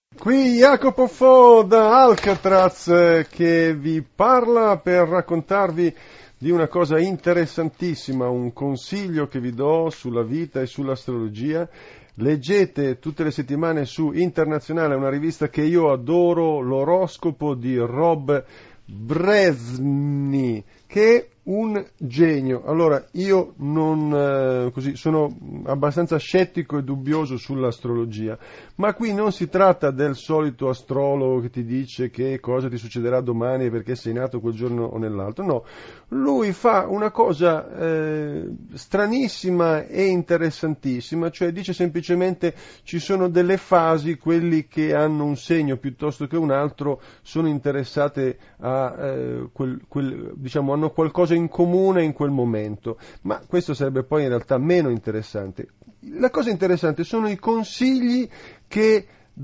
Qui Jacopo Fo da Alcatraz che vi parla per raccontarvi di una cosa interessantissima, un consiglio che vi do sulla vita e sull'astrologia. Leggete tutte le settimane su Internazionale, una rivista che io adoro, l'oroscopo di Rob Brezhny, che è un genio. Allora, io non così sono abbastanza scettico e dubbioso sull'astrologia, ma qui non si tratta del solito astrologo che ti dice che cosa ti succederà domani e perché sei nato quel giorno o nell'altro. No, lui fa una cosa stranissima e interessantissima, cioè dice semplicemente ci sono delle fasi, quelli che hanno un segno piuttosto che un altro sono interessate a diciamo, hanno qualcosa in comune in quel momento, ma questo sarebbe poi in realtà meno interessante. La cosa interessante sono i consigli che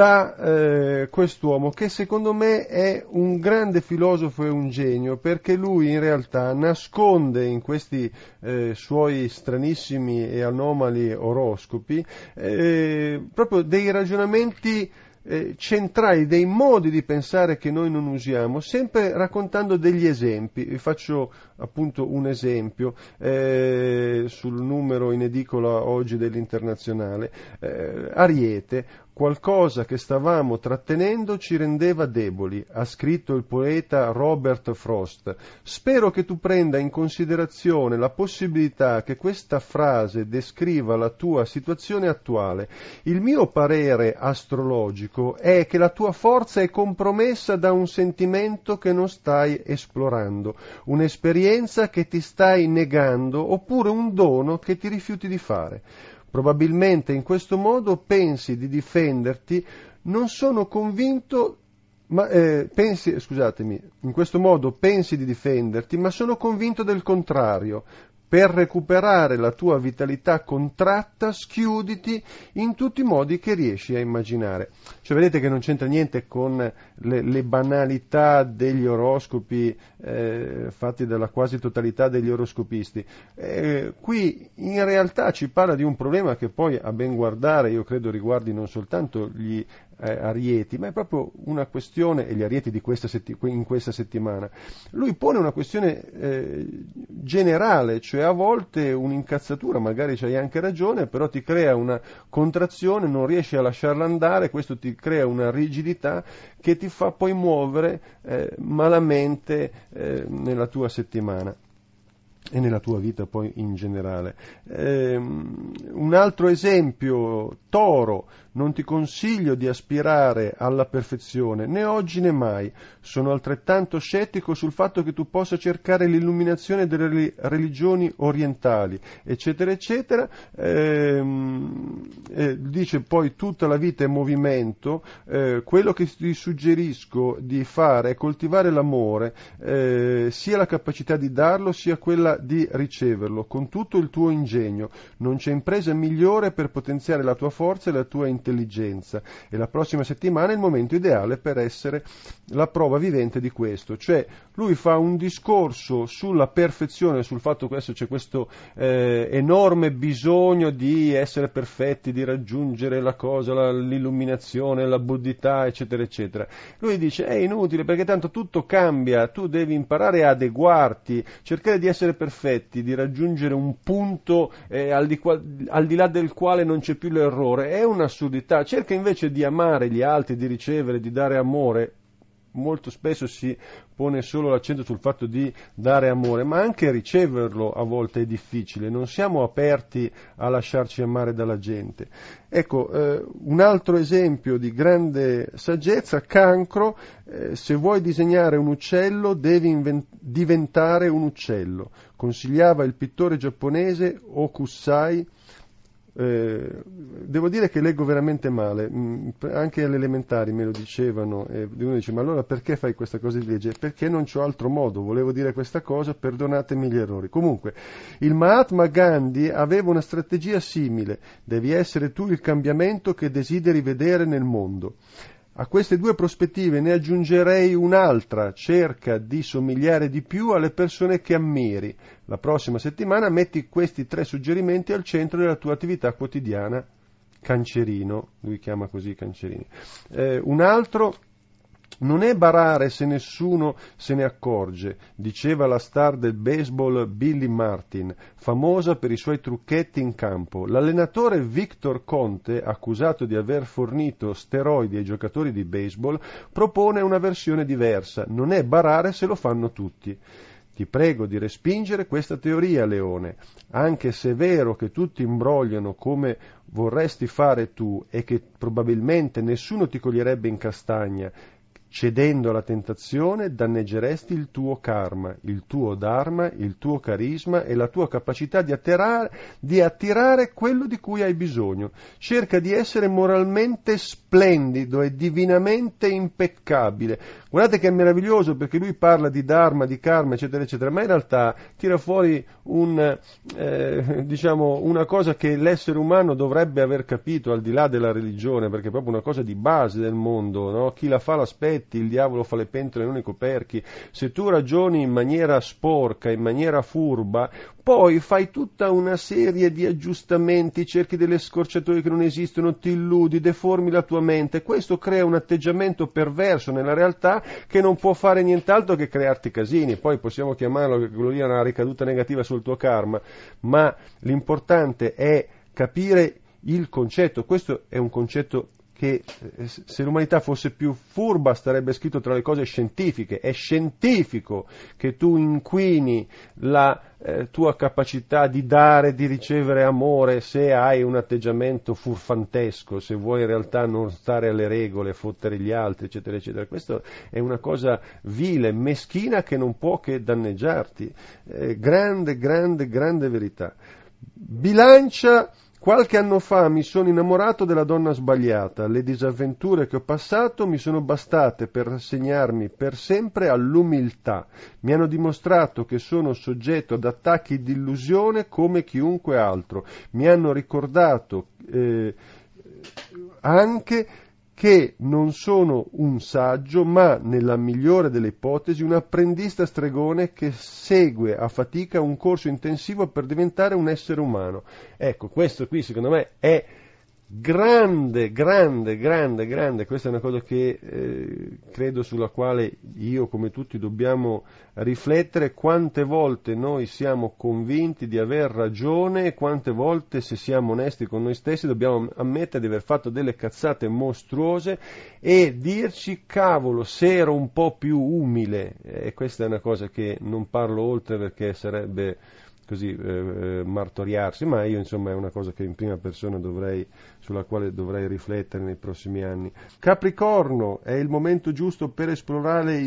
dà quest'uomo, che secondo me è un grande filosofo e un genio, perché lui in realtà nasconde in questi suoi stranissimi e anomali oroscopi proprio dei ragionamenti centrali, dei modi di pensare che noi non usiamo, sempre raccontando degli esempi. Vi faccio appunto un esempio sul numero in edicola oggi dell'Internazionale. Ariete: qualcosa che stavamo trattenendo ci rendeva deboli, ha scritto il poeta Robert Frost. Spero che tu prenda in considerazione la possibilità che questa frase descriva la tua situazione attuale. Il mio parere astrologico è che la tua forza è compromessa da un sentimento che non stai esplorando, un'esperienza che ti stai negando oppure un dono che ti rifiuti di fare. Probabilmente in questo modo pensi di difenderti, non sono convinto, in questo modo pensi di difenderti, ma sono convinto del contrario. Per recuperare la tua vitalità contratta, schiuditi in tutti i modi che riesci a immaginare. Cioè, vedete che non c'entra niente con le banalità degli oroscopi fatti dalla quasi totalità degli oroscopisti. Qui in realtà ci parla di un problema che poi, a ben guardare, io credo riguardi non soltanto gli Arieti, ma è proprio una questione, e gli Arieti di in questa settimana. Lui pone una questione generale, cioè a volte un'incazzatura, magari c'hai anche ragione, però ti crea una contrazione, non riesci a lasciarla andare, questo ti crea una rigidità che ti fa poi muovere malamente nella tua settimana e nella tua vita poi in generale. Un altro esempio: Toro: non ti consiglio di aspirare alla perfezione, né oggi né mai. Sono altrettanto scettico sul fatto che tu possa cercare l'illuminazione delle religioni orientali, eccetera, eccetera. Dice poi tutta la vita è movimento, quello che ti suggerisco di fare è coltivare l'amore, sia la capacità di darlo sia quella di riceverlo, con tutto il tuo ingegno. Non c'è impresa migliore per potenziare la tua forza e la tua intelligenza, e la prossima settimana è il momento ideale per essere la prova vivente di questo. Cioè, lui fa un discorso sulla perfezione, sul fatto che adesso c'è questo enorme bisogno di essere perfetti, di raggiungere la cosa, l'illuminazione, la buddhità, eccetera, eccetera. Lui dice è inutile, perché tanto tutto cambia, tu devi imparare a adeguarti, cercare di essere perfetti, di raggiungere un punto al di là del quale non c'è più l'errore. È un'assurdità. Cerca invece di amare gli altri, di ricevere, di dare amore. Molto spesso si pone solo l'accento sul fatto di dare amore, ma anche riceverlo a volte è difficile, non siamo aperti a lasciarci amare dalla gente. Ecco, un altro esempio di grande saggezza: Cancro: se vuoi disegnare un uccello devi diventare un uccello, consigliava il pittore giapponese Hokusai. Devo dire che leggo veramente male, anche alle elementari me lo dicevano, e uno dice ma allora perché fai questa cosa di legge? Perché non c'ho altro modo, volevo dire questa cosa, perdonatemi gli errori. Comunque, il Mahatma Gandhi aveva una strategia simile: devi essere tu il cambiamento che desideri vedere nel mondo. A queste due prospettive ne aggiungerei un'altra: cerca di somigliare di più alle persone che ammiri. La prossima settimana metti questi 3 suggerimenti al centro della tua attività quotidiana Cancerino, lui chiama così i cancerini. Un altro: non è barare se nessuno se ne accorge, diceva la star del baseball Billy Martin, famosa per i suoi trucchetti in campo. L'allenatore Victor Conte, accusato di aver fornito steroidi ai giocatori di baseball, propone una versione diversa: non è barare se lo fanno tutti. Ti prego di respingere questa teoria, Leone, anche se è vero che tutti imbrogliano come vorresti fare tu e che probabilmente nessuno ti coglierebbe in castagna. Cedendo alla tentazione danneggeresti il tuo karma, il tuo dharma, il tuo carisma e la tua capacità di attirare quello di cui hai bisogno. Cerca di essere moralmente splendido e divinamente impeccabile. Guardate che è meraviglioso, perché lui parla di dharma, di karma, eccetera, eccetera, ma in realtà tira fuori una cosa che l'essere umano dovrebbe aver capito al di là della religione, perché è proprio una cosa di base del mondo, no? Chi la fa l'aspetti, il diavolo fa le pentole non i coperchi. Se tu ragioni in maniera sporca, in maniera furba, poi fai tutta una serie di aggiustamenti, cerchi delle scorciatoie che non esistono, ti illudi, deformi la tua mente. Questo crea un atteggiamento perverso nella realtà che non può fare nient'altro che crearti casini. Poi possiamo chiamarlo che quello lì è una ricaduta negativa sul tuo karma, ma l'importante è capire il concetto. Questo è un concetto che se l'umanità fosse più furba starebbe scritto tra le cose scientifiche. È scientifico che tu inquini la tua capacità di dare, di ricevere amore, se hai un atteggiamento furfantesco, se vuoi in realtà non stare alle regole, fottere gli altri, eccetera, eccetera. Questa è una cosa vile, meschina, che non può che danneggiarti. Grande, grande, grande verità. Bilancia. Qualche anno fa mi sono innamorato della donna sbagliata. Le disavventure che ho passato mi sono bastate per rassegnarmi per sempre all'umiltà. Mi hanno dimostrato che sono soggetto ad attacchi di illusione come chiunque altro. Mi hanno ricordato anche che non sono un saggio, ma, nella migliore delle ipotesi, un apprendista stregone che segue a fatica un corso intensivo per diventare un essere umano. Ecco, questo qui secondo me è grande, grande, grande, grande. Questa è una cosa che credo sulla quale io, come tutti, dobbiamo riflettere. Quante volte noi siamo convinti di aver ragione e quante volte, se siamo onesti con noi stessi, dobbiamo ammettere di aver fatto delle cazzate mostruose e dirci: cavolo, se ero un po' più umile. E questa è una cosa che non parlo oltre, perché sarebbe così martoriarsi, ma io, insomma, è una cosa che in prima persona sulla quale dovrei riflettere nei prossimi anni. Capricorno: è il momento giusto per esplorare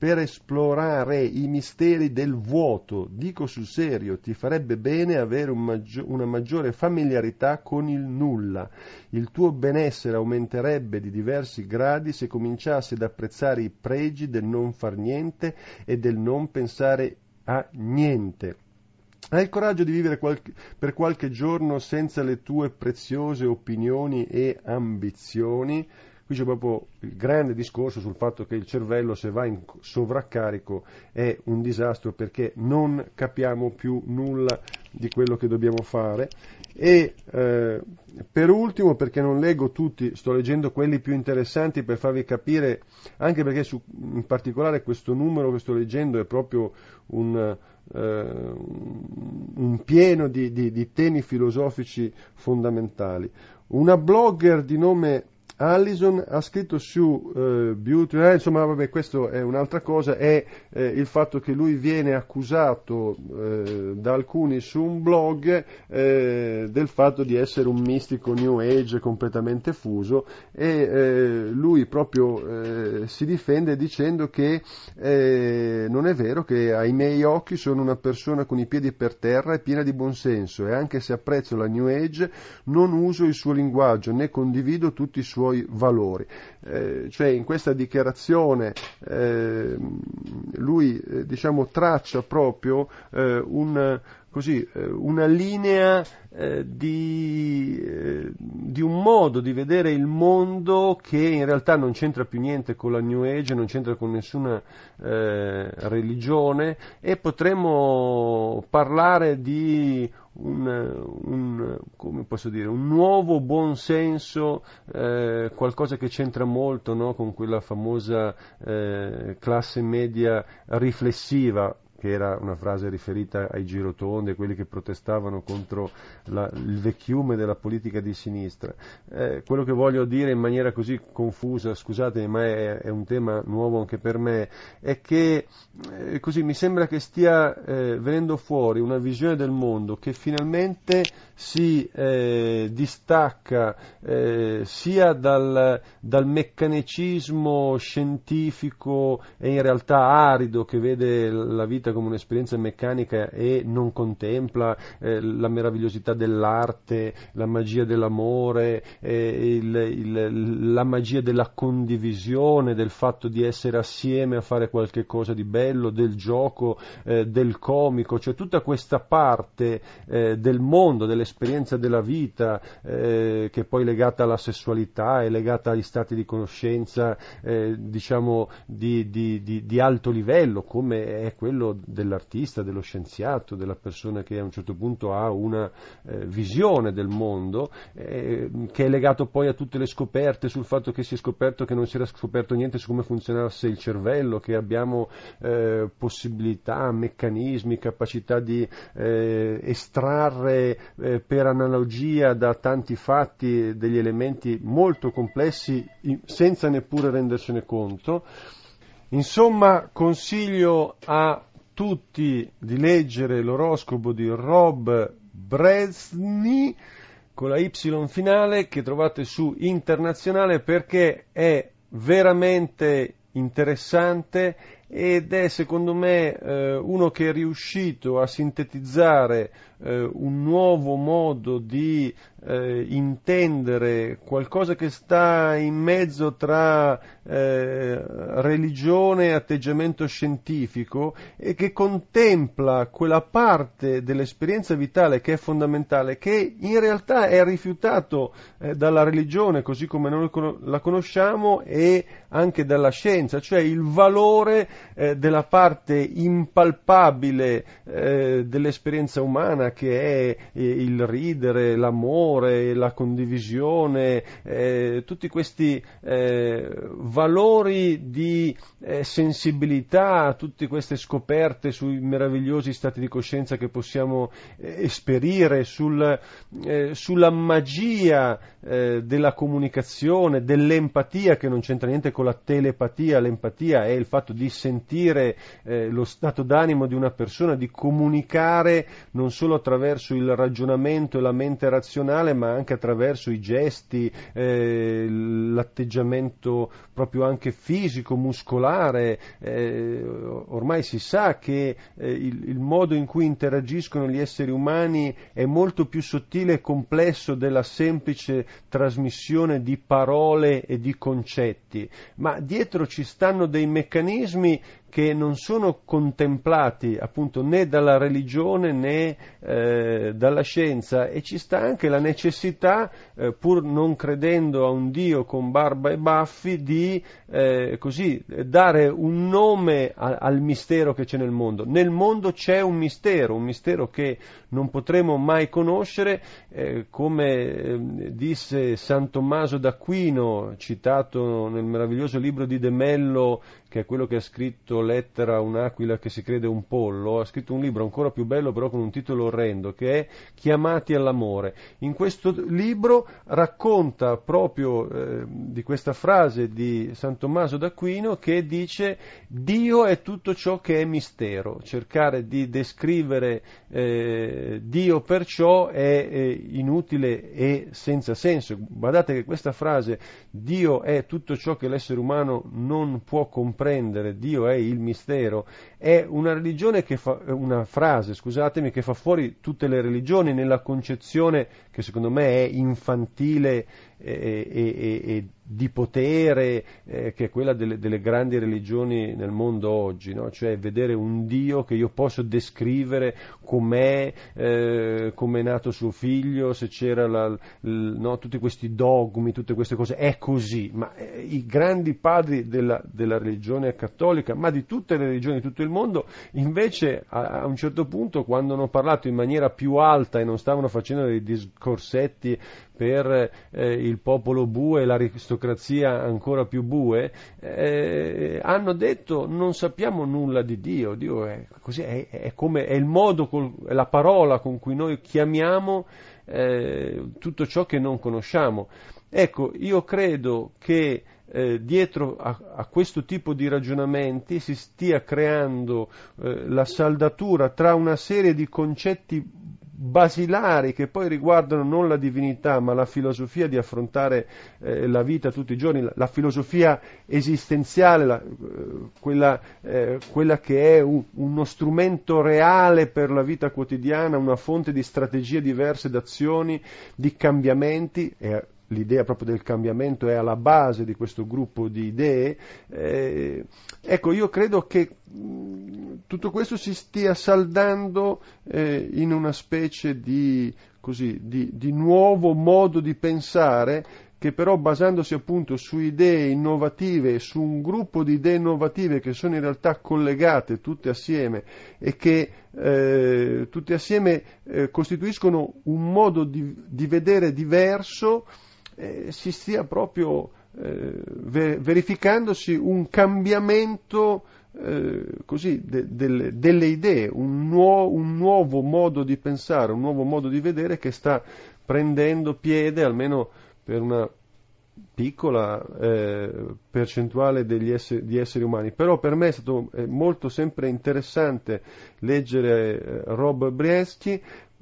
i misteri del vuoto. Dico sul serio, ti farebbe bene avere una maggiore familiarità con il nulla. Il tuo benessere aumenterebbe di diversi gradi se cominciassi ad apprezzare i pregi del non far niente e del non pensare a niente. Hai il coraggio di vivere per qualche giorno senza le tue preziose opinioni e ambizioni? Qui c'è proprio il grande discorso sul fatto che il cervello, se va in sovraccarico, è un disastro, perché non capiamo più nulla di quello che dobbiamo fare. E per ultimo, perché non leggo tutti, sto leggendo quelli più interessanti per farvi capire, anche perché in particolare questo numero che sto leggendo è proprio un pieno di temi filosofici fondamentali. Una blogger di nome Allison ha scritto su Beauty, insomma, vabbè, questo è un'altra cosa, è il fatto che lui viene accusato da alcuni su un blog del fatto di essere un mistico New Age completamente fuso, e lui proprio si difende dicendo che non è vero, che ai miei occhi sono una persona con i piedi per terra e piena di buonsenso, e anche se apprezzo la New Age non uso il suo linguaggio né condivido tutti i suoi valori. Cioè, in questa dichiarazione lui traccia proprio così una linea di un modo di vedere il mondo che in realtà non c'entra più niente con la New Age, non c'entra con nessuna religione, e potremmo parlare di come posso dire, un nuovo buonsenso, qualcosa che c'entra molto, no, con quella famosa classe media riflessiva, che era una frase riferita ai girotondi, a quelli che protestavano contro il vecchiume della politica di sinistra. Quello che voglio dire in maniera così confusa, scusatemi, ma è un tema nuovo anche per me, è che così mi sembra che stia venendo fuori una visione del mondo che finalmente si distacca sia dal meccanicismo scientifico e in realtà arido, che vede la vita come un'esperienza meccanica e non contempla la meravigliosità dell'arte, la magia dell'amore, la magia della condivisione, del fatto di essere assieme a fare qualche cosa di bello, del gioco, del comico, cioè tutta questa parte del mondo, dell'esperienza della vita, che poi è legata alla sessualità, è legata agli stati di conoscenza diciamo di alto livello, come è quello dell'artista, dello scienziato, della persona che a un certo punto ha una visione del mondo, che è legato poi a tutte le scoperte sul fatto che si è scoperto che non si era scoperto niente su come funzionasse il cervello, che abbiamo possibilità, meccanismi, capacità di estrarre per analogia da tanti fatti degli elementi molto complessi senza neppure rendersene conto. Insomma, consiglio a tutti di leggere l'oroscopo di Rob Brezsny con la Y finale, che trovate su Internazionale, perché è veramente interessante ed è secondo me uno che è riuscito a sintetizzare un nuovo modo di intendere qualcosa che sta in mezzo tra religione e atteggiamento scientifico, e che contempla quella parte dell'esperienza vitale che è fondamentale, che in realtà è rifiutato dalla religione così come noi la conosciamo e anche dalla scienza, cioè il valore della parte impalpabile dell'esperienza umana, che è il ridere, l'amore, la condivisione, tutti questi valori di sensibilità, tutte queste scoperte sui meravigliosi stati di coscienza che possiamo esperire, sulla magia della comunicazione, dell'empatia, che non c'entra niente con la telepatia. L'empatia è il fatto di sentire lo stato d'animo di una persona, di comunicare non solo attraverso il ragionamento e la mente razionale, ma anche attraverso i gesti, l'atteggiamento proprio anche fisico, muscolare. Ormai si sa che il modo in cui interagiscono gli esseri umani è molto più sottile e complesso della semplice trasmissione di parole e di concetti, ma dietro ci stanno dei meccanismi che non sono contemplati appunto né dalla religione né dalla scienza, e ci sta anche la necessità, pur non credendo a un Dio con barba e baffi, di così dare un nome al mistero che c'è nel mondo. Nel mondo c'è un mistero che non potremo mai conoscere, come disse San Tommaso d'Aquino, citato nel meraviglioso libro di De Mello, che è quello che ha scritto Lettera a un'aquila che si crede un pollo. Ha scritto un libro ancora più bello, però con un titolo orrendo, che è Chiamati all'amore. In questo libro racconta proprio di questa frase di San Tommaso d'Aquino, che dice: Dio è tutto ciò che è mistero. Cercare di descrivere Dio perciò è inutile e senza senso. Guardate che questa frase, Dio è tutto ciò che l'essere umano non può comprendere, Dio è il mistero, è una religione una frase, scusatemi, che fa fuori tutte le religioni nella concezione che secondo me è infantile e di potere, che è quella delle grandi religioni nel mondo oggi, no? Cioè vedere un Dio che io posso descrivere com'è, come è nato suo figlio, se c'era no, tutti questi dogmi, tutte queste cose, è così, ma i grandi padri della religione cattolica, ma di tutte le religioni di tutto il mondo, invece a un certo punto, quando hanno parlato in maniera più alta e non stavano facendo dei discorsetti per il popolo bue e l'aristocrazia ancora più bue, hanno detto non sappiamo nulla di Dio, Dio è così, è come è il modo, è la parola con cui noi chiamiamo tutto ciò che non conosciamo. Ecco, io credo che dietro a questo tipo di ragionamenti si stia creando la saldatura tra una serie di concetti basilari che poi riguardano non la divinità ma la filosofia di affrontare la vita tutti i giorni, la filosofia esistenziale, quella che è uno strumento reale per la vita quotidiana, una fonte di strategie diverse d'azioni, di cambiamenti. L'idea proprio del cambiamento è alla base di questo gruppo di idee. Ecco, io credo che tutto questo si stia saldando in una specie di nuovo modo di pensare, che però basandosi appunto su idee innovative e su un gruppo di idee innovative che sono in realtà collegate tutte assieme e che tutte assieme costituiscono un modo di vedere diverso, si stia proprio verificandosi un cambiamento delle idee, un nuovo modo di pensare, un nuovo modo di vedere che sta prendendo piede, almeno per una piccola percentuale di esseri umani. Però per me è stato molto sempre interessante leggere Rob Brezhny,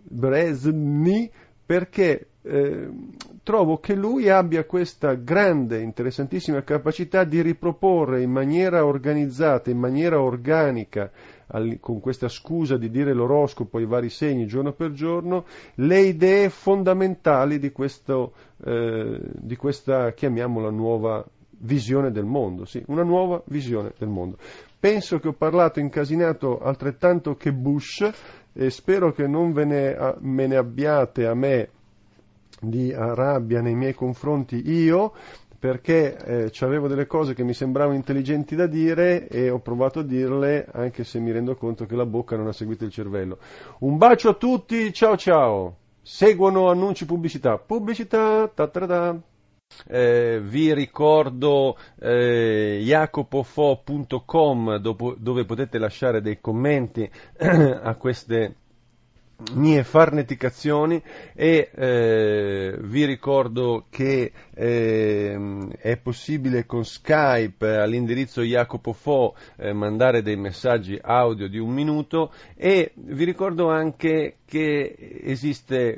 perché trovo che lui abbia questa grande, interessantissima capacità di riproporre in maniera organizzata, in maniera organica, con questa scusa di dire l'oroscopo, i vari segni giorno per giorno, le idee fondamentali di questa, chiamiamola, nuova visione del mondo, sì, una nuova visione del mondo. Penso che ho parlato incasinato altrettanto che Bush, e spero che non me ne abbiate a me di rabbia nei miei confronti io, perché c'avevo delle cose che mi sembravano intelligenti da dire e ho provato a dirle, anche se mi rendo conto che la bocca non ha seguito il cervello. Un bacio a tutti, ciao ciao! Seguono annunci, pubblicità, ta-ta-da. Vi ricordo jacopofo.com dove potete lasciare dei commenti a queste mie farneticazioni, e vi ricordo che è possibile con Skype all'indirizzo jacopofo mandare dei messaggi audio di 1 minuto, e vi ricordo anche che esiste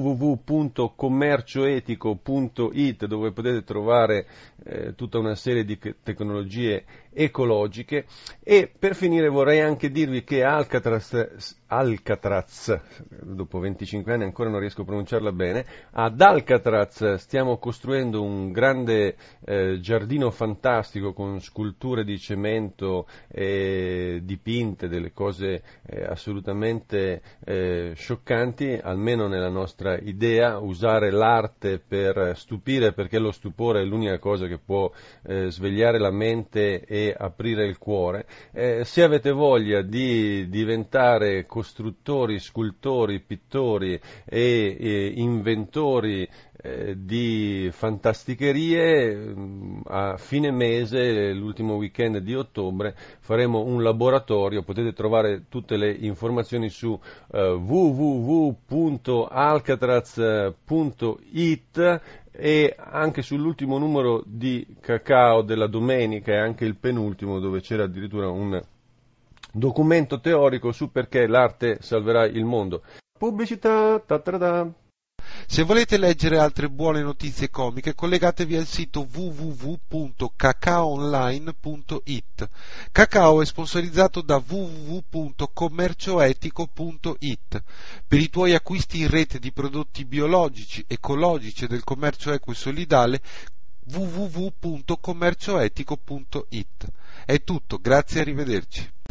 www.commercioetico.it dove potete trovare tutta una serie di tecnologie ecologiche. E per finire vorrei anche dirvi che Alcatraz, dopo 25 anni ancora non riesco a pronunciarla bene, ad Alcatraz stiamo costruendo un grande giardino fantastico con sculture di cemento dipinte, delle cose assolutamente scioccanti, almeno nella nostra idea, usare l'arte per stupire, perché lo stupore è l'unica cosa che può svegliare la mente e aprire il cuore. Se avete voglia di diventare costruttori, scultori, pittori e inventori di fantasticherie, a fine mese, l'ultimo weekend di ottobre, faremo un laboratorio. Potete trovare tutte le informazioni su www.alcatraz.it e anche sull'ultimo numero di Cacao della domenica, e anche il penultimo, dove c'era addirittura un documento teorico su perché l'arte salverà il mondo. Pubblicità, ta-ta-da. Se volete leggere altre buone notizie comiche, collegatevi al sito www.cacaoonline.it. Cacao è sponsorizzato da www.commercioetico.it. Per i tuoi acquisti in rete di prodotti biologici, ecologici e del commercio equo e solidale, www.commercioetico.it. È tutto, grazie e arrivederci.